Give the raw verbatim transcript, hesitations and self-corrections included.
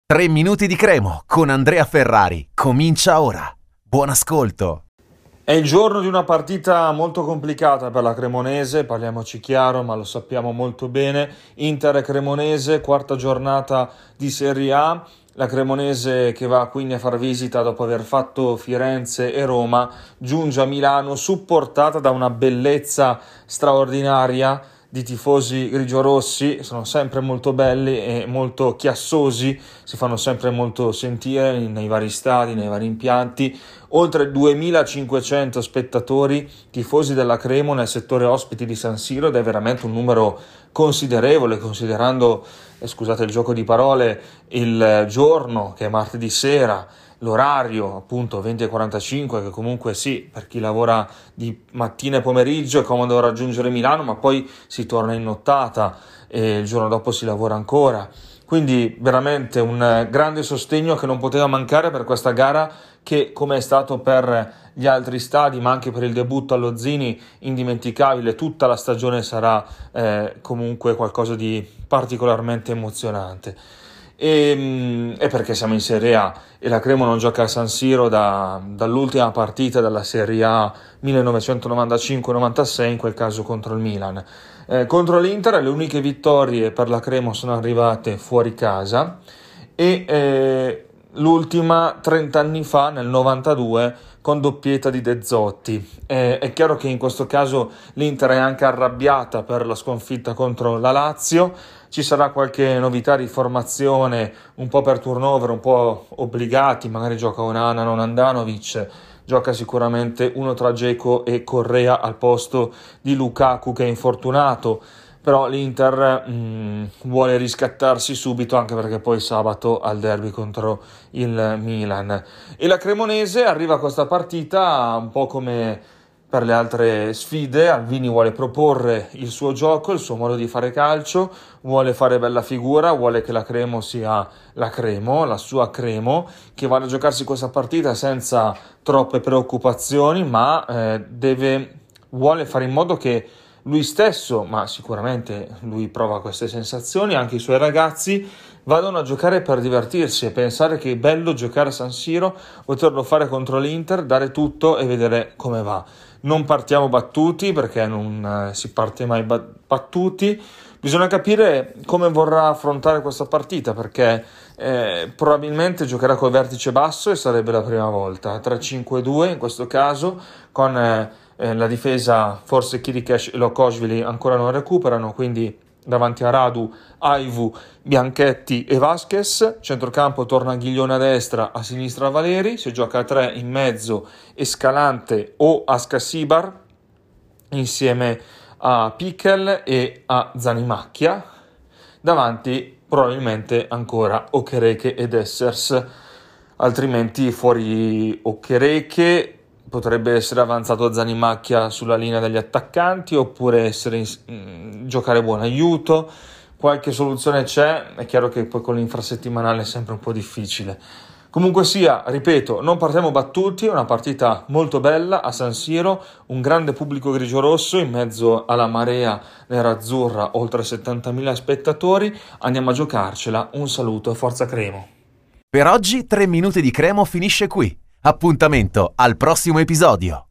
tre minuti di Cremo con Andrea Ferrari. Comincia ora. Buon ascolto. È il giorno di una partita molto complicata per la Cremonese, parliamoci chiaro, ma lo sappiamo molto bene. Inter e Cremonese, quarta giornata di Serie A. La Cremonese, che va quindi a far visita dopo aver fatto Firenze e Roma, giunge a Milano supportata da una bellezza straordinaria di tifosi grigiorossi. Sono sempre molto belli e molto chiassosi, si fanno sempre molto sentire nei vari stadi, nei vari impianti. Oltre duemilacinquecento spettatori tifosi della Cremo nel settore ospiti di San Siro, ed è veramente un numero considerevole, considerando, eh, scusate il gioco di parole, il giorno che è martedì sera, l'orario appunto venti e quarantacinque, che comunque sì, per chi lavora di mattina e pomeriggio è comodo raggiungere Milano, ma poi si torna in nottata e il giorno dopo si lavora ancora. Quindi veramente un grande sostegno che non poteva mancare per questa gara, che, come è stato per gli altri stadi, ma anche per il debutto allo Zini, indimenticabile. Tutta la stagione sarà eh, comunque qualcosa di particolarmente emozionante. E, e perché siamo in Serie A e la Cremo non gioca a San Siro da, dall'ultima partita della Serie A millenovecentonovantacinque novantasei, in quel caso contro il Milan. Eh, contro l'Inter le uniche vittorie per la Cremo sono arrivate fuori casa e eh, l'ultima trenta anni fa, nel novantadue, con doppietta di De Zotti. Eh, è chiaro che in questo caso l'Inter è anche arrabbiata per la sconfitta contro la Lazio. Ci sarà qualche novità di formazione, un po' per turnover, un po' obbligati, magari gioca Onana, non Andanovic, gioca sicuramente uno tra Dzeko e Correa al posto di Lukaku, che è infortunato. Però l'Inter mh, vuole riscattarsi subito, anche perché poi sabato al derby contro il Milan. E la Cremonese arriva a questa partita un po' come per le altre sfide. Alvini vuole proporre il suo gioco, il suo modo di fare calcio, vuole fare bella figura, vuole che la Cremo sia la Cremo, la sua Cremo, che vada a giocarsi questa partita senza troppe preoccupazioni, ma eh, deve vuole fare in modo che lui stesso, ma sicuramente lui prova queste sensazioni, anche i suoi ragazzi vadano a giocare per divertirsi e pensare che è bello giocare a San Siro, poterlo fare contro l'Inter, dare tutto e vedere come va. Non partiamo battuti, perché non eh, si parte mai battuti. Bisogna capire come vorrà affrontare questa partita, perché eh, probabilmente giocherà col vertice basso e sarebbe la prima volta, tre cinque due in questo caso, con eh, eh, la difesa, forse Kirikesh e Lokoshvili ancora non recuperano, quindi davanti a Radu, Aivu, Bianchetti e Vasquez. Centrocampo torna Ghiglione a destra, a sinistra Valeri, si gioca a tre in mezzo, Escalante o Ascasibar insieme a Pichel e a Zanimacchia. Davanti probabilmente ancora Okereke ed Essers, altrimenti fuori Okereke potrebbe essere avanzato Zanimacchia sulla linea degli attaccanti, oppure essere in, in, giocare buon aiuto. Qualche soluzione c'è, è chiaro che poi con l'infrasettimanale è sempre un po' difficile. Comunque sia, ripeto, non partiamo battuti, è una partita molto bella a San Siro, un grande pubblico grigio-rosso in mezzo alla marea nerazzurra, oltre settantamila spettatori. Andiamo a giocarcela, un saluto e forza Cremo. Per oggi tre minuti di Cremo finisce qui. Appuntamento al prossimo episodio.